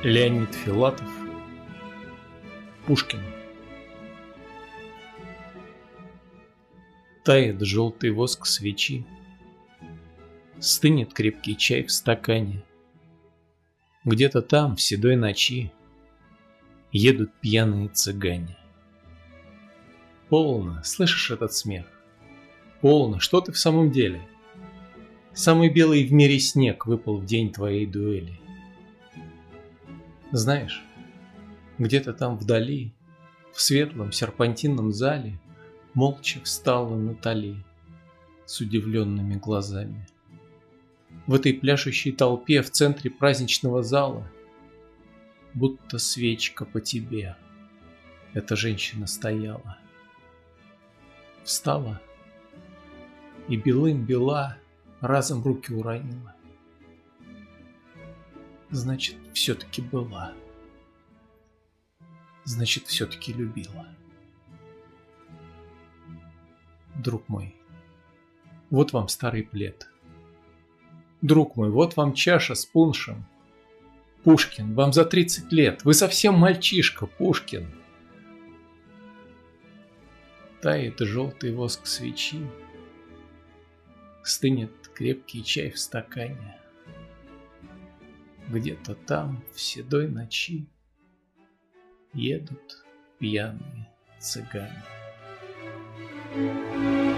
Леонид Филатов. Пушкин. Тает желтый воск свечи, стынет крепкий чай в стакане. Где-то там, в седой ночи, едут пьяные цыгане. Полно, слышишь этот смех? Полно, что ты в самом деле? Самый белый в мире снег выпал в день твоей дуэли. Знаешь, где-то там вдали, в светлом серпантинном зале, молча встала Натали с удивленными глазами. В этой пляшущей толпе в центре праздничного зала будто свечка по тебе эта женщина стояла. Встала и белым бела разом руки уронила. Значит, все-таки была. Значит, все-таки любила. Друг мой, вот вам старый плед. Друг мой, вот вам чаша с пуншем. Пушкин, вам за 30 лет. Вы совсем мальчишка, Пушкин. Тает желтый воск свечи, стынет крепкий чай в стакане. Где-то там, в седой ночи, едут пьяные цыгане.